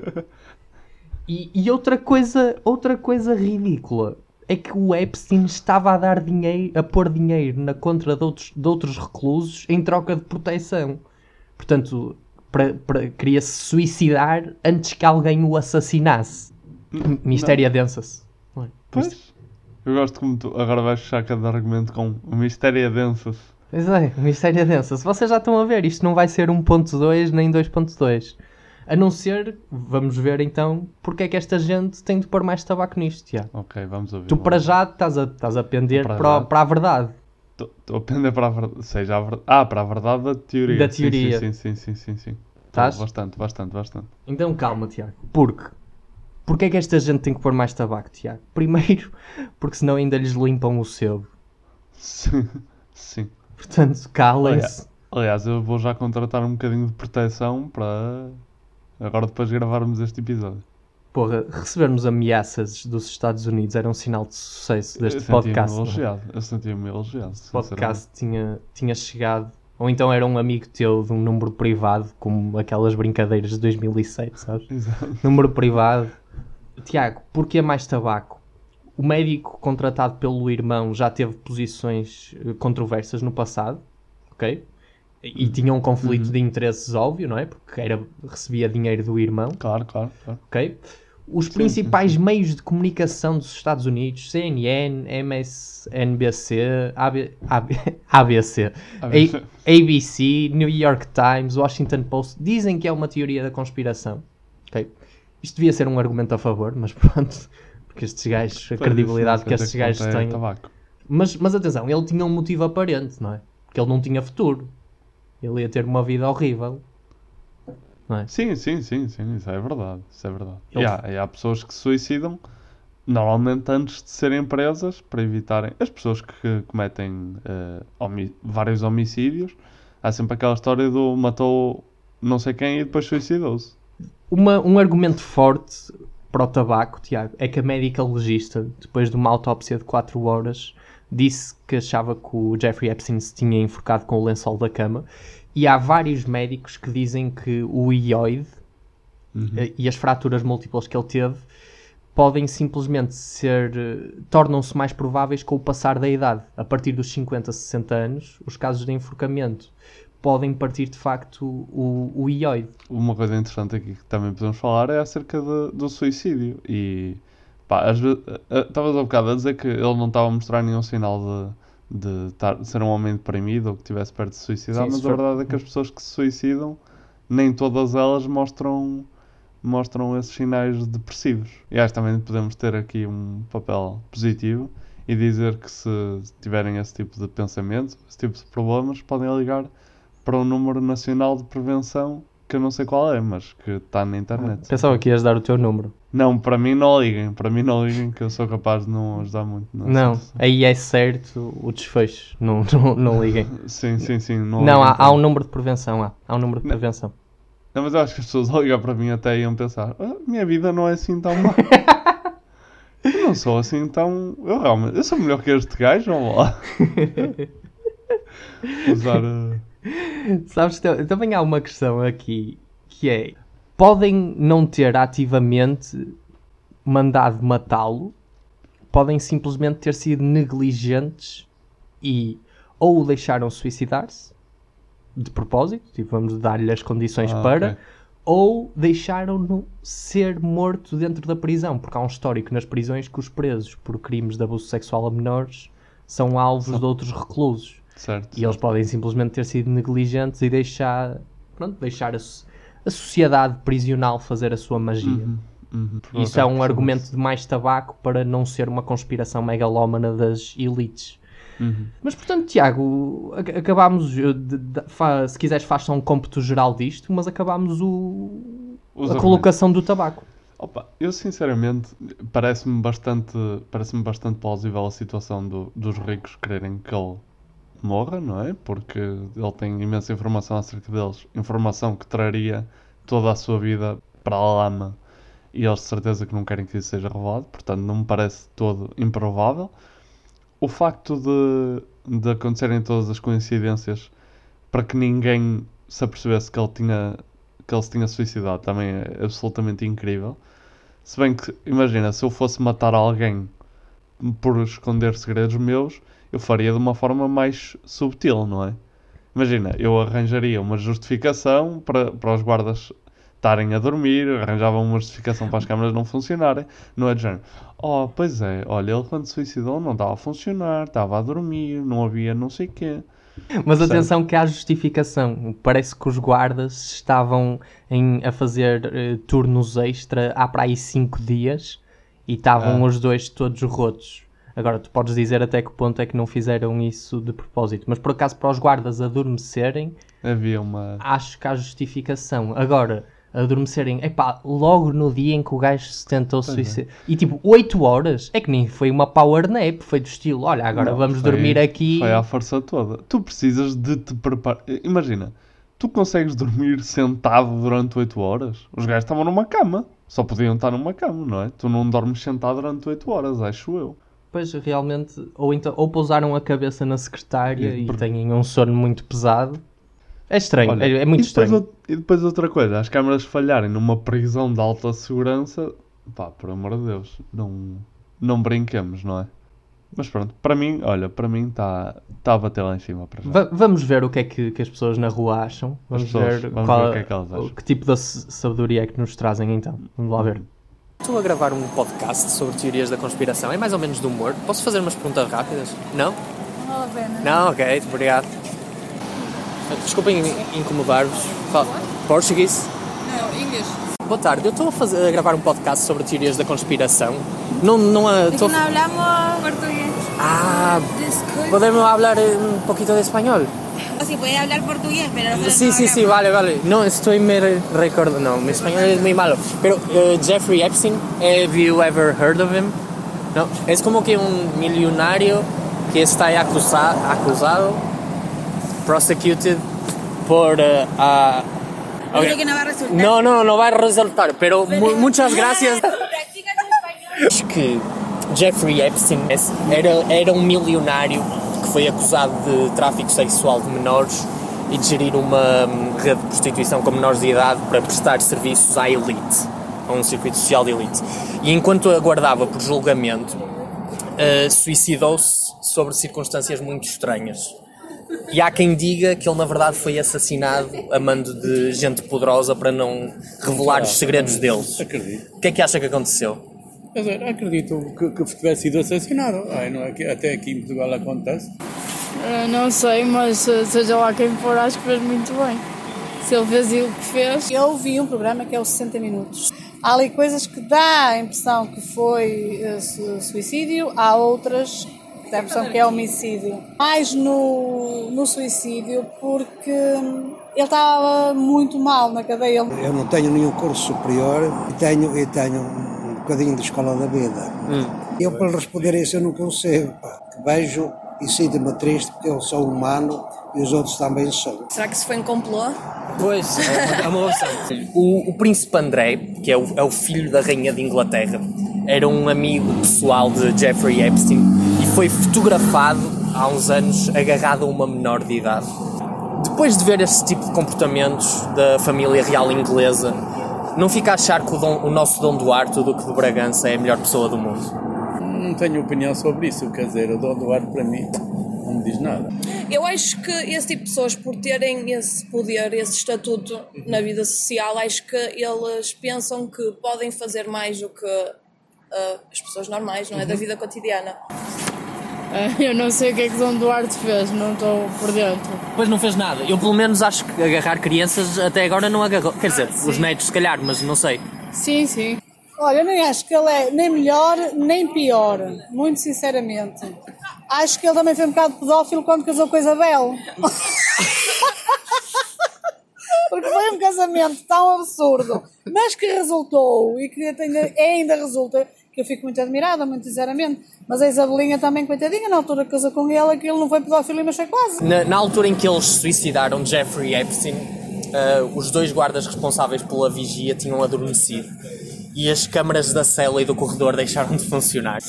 e, e outra coisa, outra coisa ridícula é que o Epstein estava a dar dinheiro, a pôr dinheiro na conta de outros, de outros reclusos em troca de proteção. Portanto, para, para, queria se suicidar antes que alguém o assassinasse. M- mistério adensa-se. Pois, eu gosto como tu agora vais fechar cada argumento com o mistério adensa-se. Pois é, o mistério adensa-se. Vocês já estão a ver, isto não vai ser um ponto dois nem dois ponto dois. A não ser, vamos ver então, porque é que esta gente tem de pôr mais tabaco nisto, Tiago. Ok, vamos ouvir. Tu para já estás a, estás a pender para, para, para a verdade. Estou a pender para a verdade, seja a verdade. Ah, para a verdade da teoria. Da teoria. Sim, sim, sim, sim, sim, sim. Estás? Bastante, bastante, bastante. Então calma, Tiago. Porque? Porque é que esta gente tem que pôr mais tabaco, Tiago? Primeiro, porque senão ainda lhes limpam o sebo. Sim, sim. Portanto, calem-se. Aliás, eu vou já contratar um bocadinho de proteção para agora depois gravarmos este episódio. Porra, recebermos ameaças dos Estados Unidos era um sinal de sucesso deste eu podcast. Elogiado. Eu sentia-me elogiado. O podcast tinha, tinha chegado, ou então era um amigo teu de um número privado, como aquelas brincadeiras de dois mil e sete, sabes? Exato. Número privado. Tiago, porquê mais tabaco? O médico contratado pelo irmão já teve posições controversas no passado, ok? E tinha um conflito uhum. de interesses óbvio, não é? Porque era, recebia dinheiro do irmão. Claro, claro, claro. Ok? Os sim, principais sim, sim. meios de comunicação dos Estados Unidos, C N N, M S N B C, A B, A B, A B C, A B C, New York Times, Washington Post, dizem que é uma teoria da conspiração. Ok? Isto devia ser um argumento a favor, mas pronto, porque estes gajos, a credibilidade que estes gajos têm. Mas, mas atenção, ele tinha um motivo aparente, não é? Porque ele não tinha futuro. Ele ia ter uma vida horrível. Não é? Sim, sim, sim, sim, isso é verdade. Isso é verdade. E há, e há pessoas que se suicidam normalmente antes de serem presas para evitarem. As pessoas que cometem uh, homi- vários homicídios, há sempre aquela história do matou não sei quem e depois suicidou-se. Uma, um argumento forte para o tabaco, Tiago, é que a médica legista, depois de uma autópsia de quatro horas, disse que achava que o Jeffrey Epstein se tinha enforcado com o lençol da cama. E há vários médicos que dizem que o ióide uhum. e as fraturas múltiplas que ele teve podem simplesmente ser... tornam-se mais prováveis com o passar da idade. A partir dos cinquenta, sessenta anos, os casos de enforcamento podem partir de facto o, o ióide. Uma coisa interessante aqui que também podemos falar é acerca de, do suicídio. E pá, às vezes... Estavas há bocado a dizer que ele não estava a mostrar nenhum sinal de... De, tar, de ser um homem deprimido ou que estivesse perto de se suicidar, sim, mas a verdade é que as pessoas que se suicidam, nem todas elas mostram, mostram esses sinais depressivos. E acho que também podemos ter aqui um papel positivo e dizer que se tiverem esse tipo de pensamento, esse tipo de problemas, podem ligar para um número nacional de prevenção que eu não sei qual é, mas que está na internet. Pensava que ias dar o teu número. Não, para mim não liguem, para mim não liguem que eu sou capaz de não ajudar muito. Não, situação. Aí é certo o desfecho, não, não, não liguem. Sim, sim, sim. Não, não há, há um número de prevenção, há, há um número de não. prevenção. Não, mas eu acho que as pessoas ao ligar para mim até iam pensar, ah, minha vida não é assim tão má. Eu não sou assim tão... Eu realmente, eu sou melhor que este gajo, vamos lá. Usar... Uh... Sabes, também há uma questão aqui, que é, podem não ter ativamente mandado matá-lo, podem simplesmente ter sido negligentes e ou o deixaram suicidar-se, de propósito, tipo, vamos dar-lhe as condições ah, para, okay. ou deixaram-no ser morto dentro da prisão, porque há um histórico nas prisões que os presos por crimes de abuso sexual a menores são alvos Só. de outros reclusos. Certo, e certo. eles podem simplesmente ter sido negligentes e deixar, pronto, deixar a, a sociedade prisional fazer a sua magia. Uhum, uhum. Isso é um argumento de mais tabaco para não ser uma conspiração megalómana das elites. Uhum. Mas portanto, Tiago, acabámos, de, de, fa, se quiseres faz só um cômputo geral disto, mas acabámos o, a colocação do tabaco. Opa, eu sinceramente parece-me bastante, parece-me bastante plausível a situação do, dos ricos quererem que ele morra, não é? Porque ele tem imensa informação acerca deles, informação que traria toda a sua vida para a lama, e eles de certeza que não querem que isso seja revelado, portanto não me parece todo improvável. o facto de, de acontecerem todas as coincidências para que ninguém se apercebesse que ele, tinha, que ele se tinha suicidado também é absolutamente incrível. Se bem que, imagina, se eu fosse matar alguém por esconder segredos meus, eu faria de uma forma mais subtil, não é? Imagina, eu arranjaria uma justificação para, para os guardas estarem a dormir, arranjava uma justificação para as câmaras não funcionarem, não é de género. Oh, pois é, olha, ele quando se suicidou não estava a funcionar, estava a dormir, não havia não sei o quê. Mas atenção que há justificação. Parece que os guardas estavam em, a fazer uh, turnos extra há para aí cinco dias e estavam ah. os dois todos rotos. Agora, tu podes dizer até que ponto é que não fizeram isso de propósito. Mas por acaso, para os guardas adormecerem, havia uma... acho que há justificação. Agora, adormecerem, epá, logo no dia em que o gajo se tentou suicidar. É. E tipo, oito horas, é que nem foi uma power nap, foi do estilo, olha, agora não, vamos foi, dormir aqui. Foi à força toda. Tu precisas de te preparar. Imagina, tu consegues dormir sentado durante oito horas? Os gajos estavam numa cama, só podiam estar numa cama, não é? Tu não dormes sentado durante oito horas, acho eu. Pois, realmente, ou, então, ou pousaram a cabeça na secretária e, e por... têm um sono muito pesado. É estranho, Olha, é, é muito e estranho. Outro, e depois outra coisa, as câmaras falharem numa prisão de alta segurança, pá, por amor de Deus, não, não brinquemos, não é? Mas pronto, para mim, olha, para mim está tá a bater lá em cima. Para já. Va- vamos ver o que é que, que as pessoas na rua acham. Vamos, pessoas, ver, vamos qual, ver o que é que elas acham. Que tipo de sabedoria é que nos trazem então. Vamos lá ver. Estou a gravar um podcast sobre teorias da conspiração, é mais ou menos de humor. Posso fazer umas perguntas rápidas? Não? Não vale a pena. Não, ok, obrigado. Desculpem incomodar-vos. Fala. Português? Não, inglês. Boa tarde, eu estou a, fazer, a gravar um podcast sobre teorias da conspiração. Não, não a... Tô... Não falamos português. Ah, ¿podemos hablar un poquito de español? Sí, puede hablar portugués, pero no Sí, sí, sí, vale, vale. No, estoy me recordando. No, mi español es muy malo. Pero uh, Jeffrey Epstein, have you ever heard of him? No, es como que un millonario que está acusa, acusado, prosecuted por... Uh, uh, okay. Creo que no va a resultar. No, no, no va a resultar, pero, pero mu- muchas gracias. Acho que Jeffrey Epstein era, era um milionário que foi acusado de tráfico sexual de menores e de gerir uma rede de prostituição com menores de idade para prestar serviços à elite, a um circuito social de elite. E enquanto aguardava por julgamento, uh, suicidou-se sobre circunstâncias muito estranhas. E há quem diga que ele na verdade foi assassinado a mando de gente poderosa para não revelar ah, os segredos deles. Acredito. O que é que acha que aconteceu? Quer dizer, acredito que, que tivesse sido assassinado. Ai, não é que até aqui em Portugal acontece. Uh, não sei, mas uh, seja lá quem for, acho que fez muito bem. Se ele fez o que fez. Eu vi um programa que é o sessenta minutos. Há ali coisas que dá a impressão que foi uh, suicídio, há outras que dá a impressão que é homicídio. Mais no, no suicídio, porque ele estava muito mal na cadeia. Eu não tenho nenhum curso superior e tenho, e tenho um bocadinho de escola da vida. Hum. Eu, para responder a isso, eu não consigo. Pá. Vejo e sinto-me triste porque eu sou humano e os outros também são. Será que isso foi um complô? Pois, é uma opção. O, o príncipe André, que é o, é o filho da rainha de Inglaterra, era um amigo pessoal de Jeffrey Epstein e foi fotografado há uns anos agarrado a uma menor de idade. Depois de ver esse tipo de comportamentos da família real inglesa, não fica a achar que o, Dom, o nosso Dom Duarte, o Duque de Bragança, é a melhor pessoa do mundo? Não tenho opinião sobre isso, quer dizer, o Dom Duarte para mim não me diz nada. Eu acho que esse tipo de pessoas, por terem esse poder, esse estatuto na vida social, acho que eles pensam que podem fazer mais do que uh, as pessoas normais, não é? Uhum. Da vida cotidiana. Eu não sei o que é que Dom Duarte fez, não estou por dentro. Pois não fez nada. Eu pelo menos acho que agarrar crianças até agora não agarrou. Quer dizer, ah, os netos se calhar, mas não sei. Sim, sim. Olha, eu nem acho que ele é nem melhor nem pior, muito sinceramente. Acho que ele também foi um bocado pedófilo quando casou com a Isabel. Porque foi um casamento tão absurdo, mas que resultou e que ainda, ainda resulta, que eu fico muito admirada, muito sinceramente. Mas a Isabelinha também, coitadinha, na altura que casou com ele, aquilo não foi pedófilo, mas foi quase. Na, na altura em que eles suicidaram Jeffrey Epstein, uh, os dois guardas responsáveis pela vigia tinham adormecido e as câmaras da cela e do corredor deixaram de funcionar.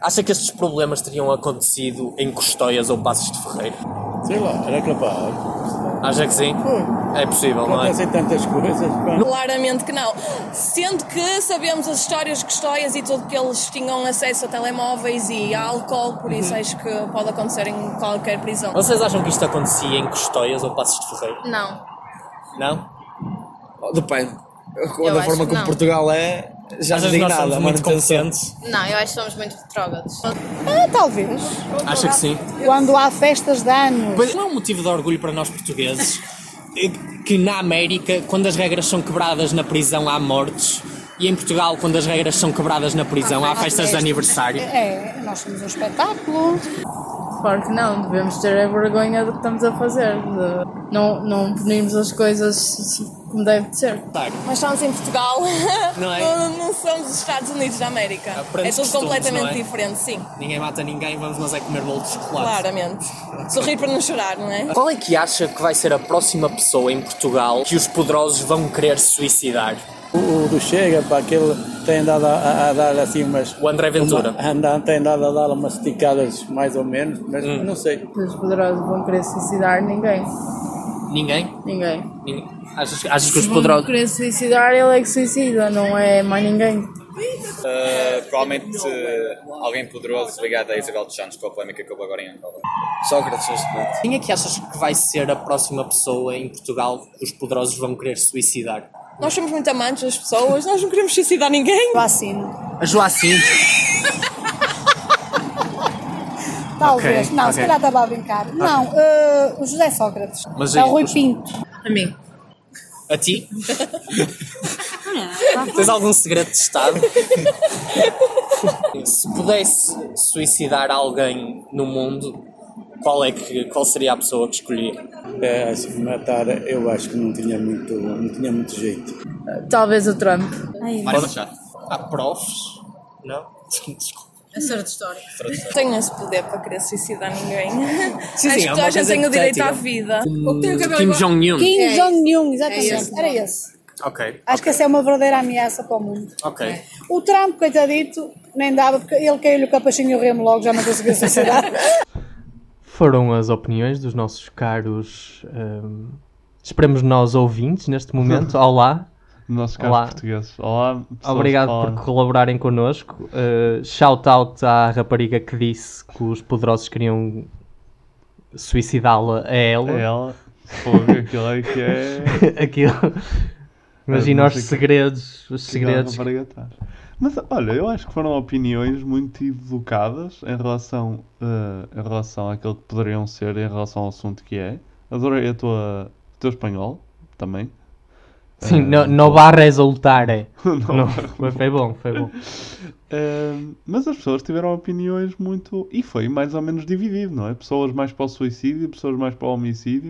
Acha que estes problemas teriam acontecido em Custóias ou Passos de Ferreira? Sei lá, era capaz. Acha que sim? É possível, não é? Acontecem tantas coisas. Claramente que não. Sendo que sabemos as histórias de Custóias e tudo, que eles tinham acesso a telemóveis e a álcool, por isso acho que pode acontecer em qualquer prisão. Vocês acham que isto acontecia em Custóias ou Passos de Ferreira? Não. Não? Depende. Eu Da acho forma que como não. Portugal é, já não digo nada. A muito manutenção. competentes? Não, eu acho que somos muito retrógrados. Ah, talvez. Acha que sim? Quando há festas de anos. Pois não é um motivo de orgulho para nós portugueses que na América, quando as regras são quebradas na prisão, há mortes, e em Portugal, quando as regras são quebradas na prisão, há festas de aniversário. É, nós somos um espetáculo. Claro que não, devemos ter a vergonha do que estamos a fazer, de não, não punirmos as coisas como deve de ser. Mas estamos em Portugal, Não é? não, não somos os Estados Unidos da América. Aprendes É tudo costumes, completamente não é? diferente, sim, Ninguém mata ninguém, vamos nós é comer bolo de chocolate. claramente. Sorrir para não chorar, não é? Qual é que acha que vai ser a próxima pessoa em Portugal que os poderosos vão querer suicidar? O, o do Chega, pá, aquele tem andado a, a, a dar assim umas... O André Ventura. Uma, anda, tem andado a dar umas esticadas mais ou menos, mas Hum. não sei. Os poderosos vão querer suicidar ninguém. Ninguém? Ninguém. Ninguém. Achas, achas que os Se vão poderosos... querer suicidar, ele é que suicida, não é mais ninguém. Uh, provavelmente uh, alguém poderoso ligado a Isabel dos Santos com a polémica que houve agora em Angola. Sócrates, neste momento. Quem é que achas que vai ser a próxima pessoa em Portugal que os poderosos vão querer suicidar? Nós somos muito amantes das pessoas, nós não queremos suicidar ninguém. Vacino. A Joacine. Talvez. Ok, não, ok. se calhar estava a brincar. Não, uh, o José Sócrates. Mas é aí, o Rui os- Pinto. A mim. A ti? Tens algum segredo de Estado? Se pudesse suicidar alguém no mundo, qual, é que, qual seria a pessoa que escolheria? É, se me matar, eu acho que não tinha muito, não tinha muito jeito. Talvez o Trump. Mário Machado. Há profs? Não? Desculpa. É certa história. Tenho esse poder para querer suicidar ninguém. Sim, sim, Acho é que uma toda a gente coisa tem o direito à hipotética. vida. O que tem o cabelo Kim igual- Jong-un. Kim É Jong-un, exatamente. É esse. Era esse. Ok. Acho que essa é uma verdadeira ameaça para o mundo. Ok. O Trump, coitadito, nem dava, porque ele caiu-lhe o capachinho e o remo logo, já não conseguiu suicidar. Foram as opiniões dos nossos caros, hum, esperemos nós ouvintes neste momento. Olá. Nossos caros Olá. portugueses. Olá, pessoas Obrigado que falam. por colaborarem connosco. Uh, shout out à rapariga que disse que os poderosos queriam suicidá-la a ela. É ela. Fogo, aquilo aí que é. Aquilo. Imagina não os sei que- segredos. Os que aquela segredos. rapariga traz. Mas olha, eu acho que foram opiniões muito educadas em relação, eh, em relação àquilo que poderiam ser em relação ao assunto que é. Adorei a tua, o teu espanhol também. Sim, Eh, no, no va a resultar. É. Não Não, vai foi, foi bom, foi bom. Eh, mas as pessoas tiveram opiniões muito. E foi mais ou menos dividido, não é? Pessoas mais para o suicídio, pessoas mais para o homicídio.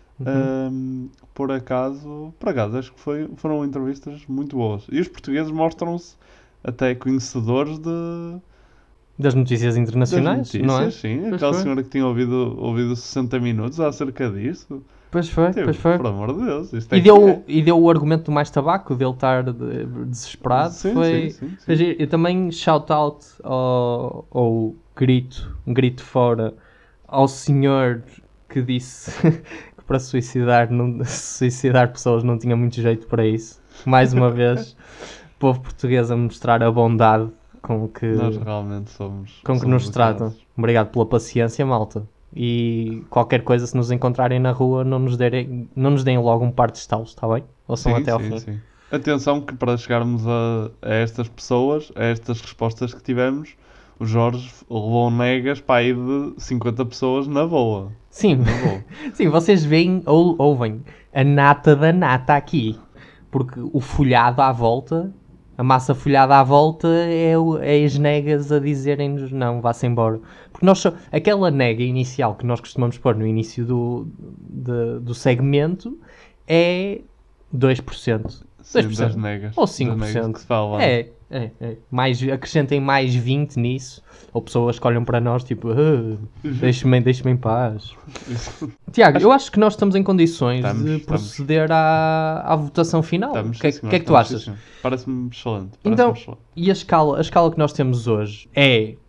Uhum. Eh, por acaso, por acaso, acho que foi, foram entrevistas muito boas. E os portugueses mostram-se até conhecedores de. Das notícias internacionais, das notícias, não é? sim. Pois Aquela foi. senhora que tinha ouvido, ouvido sessenta minutos acerca disso. Pois foi, Tipo, pois foi. Por amor de Deus. Isto é E que deu, é. e deu o argumento do mais tabaco, dele estar de- desesperado. Sim, foi, sim, sim, sim. foi giro. Eu também shout out ao, ao grito, um grito fora, ao senhor que disse que para suicidar, não, suicidar pessoas não tinha muito jeito para isso. Mais uma vez, o povo português a mostrar a bondade com que, Nós realmente somos. com que somos nos tratam. educados. Obrigado pela paciência, malta. E qualquer coisa, se nos encontrarem na rua, não nos, derem, não nos deem logo um par de estalos, está bem? Ouçam Sim, até ao sim, fim. sim. Atenção que para chegarmos a, a estas pessoas, a estas respostas que tivemos, o Jorge levou negas para aí de cinquenta pessoas na boa. Sim, Na boa. sim, vocês veem ou ouvem a nata da nata aqui. Porque o folhado à volta, a massa folhada à volta é, o- é as negas a dizerem-nos não, vá-se embora. Porque nós só, aquela nega inicial que nós costumamos pôr no início do, de- do segmento é dois por cento. Sim, dois por cento. das negas. Ou Das cinco por negas cento. que se fala. É, é, é. Mais, acrescentem mais vinte nisso. Ou pessoas que olham para nós tipo, ah, deixe-me deixe-me em paz. Tiago, eu acho que nós estamos em condições Estamos, de estamos. proceder à, à votação final. Estamos, O que, é- sim, senhor, que é que tu estamos, sim, achas? senhor. Parece-me excelente. Então, Parece-me excelente. e a escala, a escala que nós temos hoje é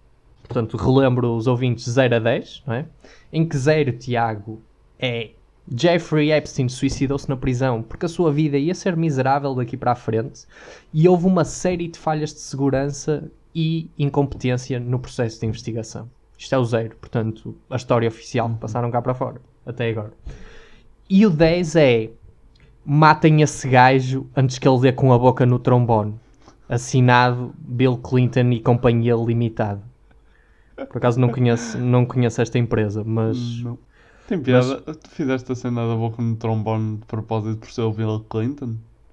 portanto, relembro os ouvintes zero a dez, não é? Em que zero, Tiago, é Jeffrey Epstein suicidou-se na prisão porque a sua vida ia ser miserável daqui para a frente e houve uma série de falhas de segurança e incompetência no processo de investigação. Isto é o zero, portanto, a história oficial que passaram cá para fora, até agora. E o dez é matem esse gajo antes que ele dê com a boca no trombone. Assinado Bill Clinton e Companhia Limitada. Por acaso não conheço, não conheço esta empresa, mas... Não. Tem piada, mas... tu fizeste a cena da boca no trombone de propósito por ser o Bill Clinton?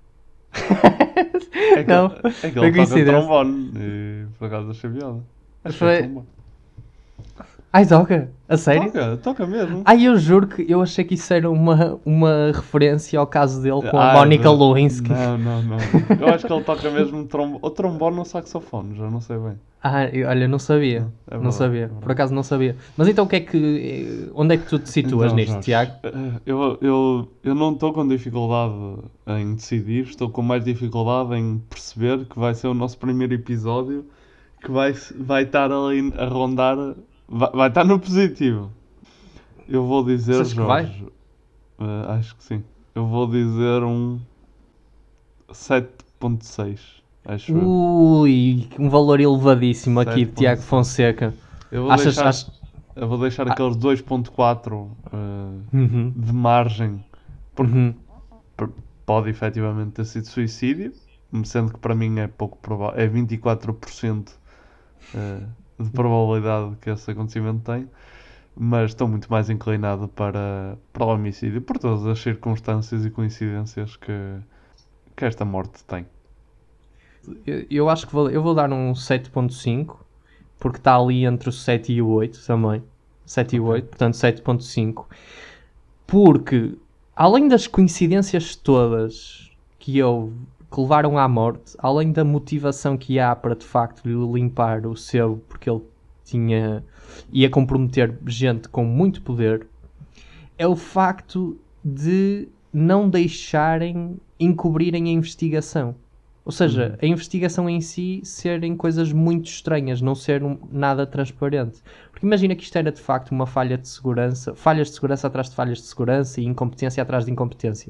é que, não, é que ele toca trombone e por acaso achei piada. Foi... Ai, toca? A sério? Toca, toca mesmo. Ai, eu juro que eu achei que isso era uma, uma referência ao caso dele com ah, a Monica Lewinsky. Não, não, não. Eu acho que ele toca mesmo trom... o trombone no saxofone, já não sei bem. Ah, eu, olha, não sabia. Não, é não sabia. É por acaso não sabia. Mas então o que é que... Onde é que tu te situas então, nisto, Jorge, Tiago? Eu, eu, eu não estou com dificuldade em decidir, estou com mais dificuldade em perceber que vai ser o nosso primeiro episódio que vai, vai estar ali a rondar... Vai, vai estar no positivo. Eu vou dizer, Jorge, que vai? Uh, acho que sim. Eu vou dizer um sete ponto seis. Acho Ui, um valor elevadíssimo aqui de Tiago Fonseca. Eu vou Achas, deixar, ach... eu vou deixar ah. aqueles dois ponto quatro uh, uhum. de margem. Porque uhum. pode efetivamente ter sido suicídio, sendo que para mim é pouco provável. É vinte e quatro por cento uh, de probabilidade que esse acontecimento tem, mas estou muito mais inclinado para, para o homicídio por todas as circunstâncias e coincidências que, que esta morte tem. Eu, eu acho que vou, eu vou dar um sete ponto cinco, porque está ali entre o sete e o oito também. sete e o oito, portanto sete ponto cinco. Porque, além das coincidências todas que houve, que levaram à morte, além da motivação que há para de facto lhe limpar o sebo, porque ele tinha, ia comprometer gente com muito poder, é o facto de não deixarem encobrirem a investigação. Ou seja, uhum. a investigação em si serem coisas muito estranhas, não ser um, nada transparente. Porque imagina que isto era de facto uma falha de segurança, falhas de segurança atrás de falhas de segurança e incompetência atrás de incompetência.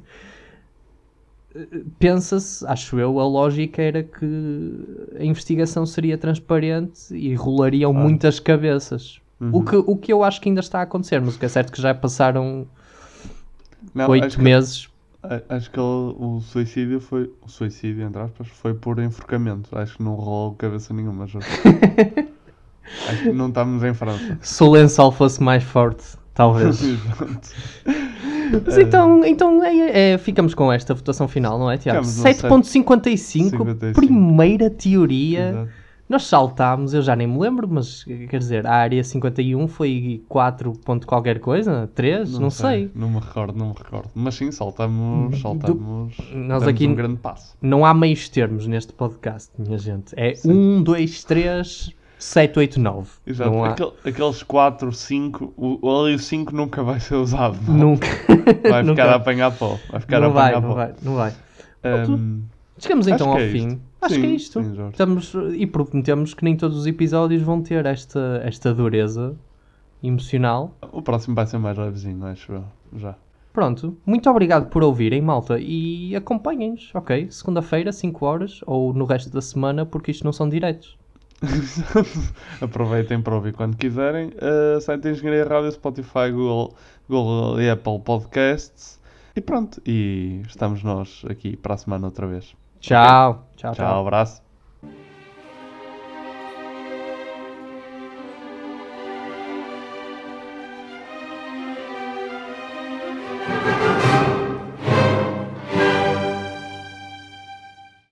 Pensa-se, acho eu, a lógica era que a investigação seria transparente e rolariam ah. muitas cabeças. Uhum. O, que, o que eu acho que ainda está a acontecer, mas o que é certo que já passaram oito meses. Que, acho que ele, o suicídio foi, o suicídio, entre aspas, foi por enforcamento. Acho que não rolou cabeça nenhuma. Acho que não estamos em França. Se o lençol fosse mais forte, talvez. Mas então, então é, é, ficamos com esta votação final, não é, Tiago? sete ponto cinquenta e cinco, primeira teoria. Exato. Nós saltámos, eu já nem me lembro, mas quer dizer, a área cinquenta e um foi quatro ponto qualquer coisa, três, não, não sei. sei. Não me recordo, não me recordo. Mas sim, saltamos, saltamos. Do... Nós aqui um grande passo. Não há meios termos neste podcast, minha gente. É um, dois, três... sete, oito, nove. Exato. Não há... Aquele, aqueles quatro, cinco, o, ali o cinco nunca vai ser usado. Nunca. Vai ficar nunca. a apanhar pó. Vai ficar não a apanhar vai, pó. Não vai, não vai. Um, Chegamos então ao é fim. Isto. Acho sim, que é isto. Sim, Estamos, e prometemos que nem todos os episódios vão ter esta, esta dureza emocional. O próximo vai ser mais levezinho, acho eu. Já. Pronto. Muito obrigado por ouvirem, malta. E acompanhem-nos, ok? Segunda-feira, cinco horas, ou no resto da semana, porque isto não são direitos. Aproveitem para ouvir quando quiserem. Uh, site Engenharia Rádio, Spotify, Google, Google e Apple Podcasts. E pronto. E estamos nós aqui para a semana outra vez. Tchau. Okay? Tchau, tchau. Tchau, abraço.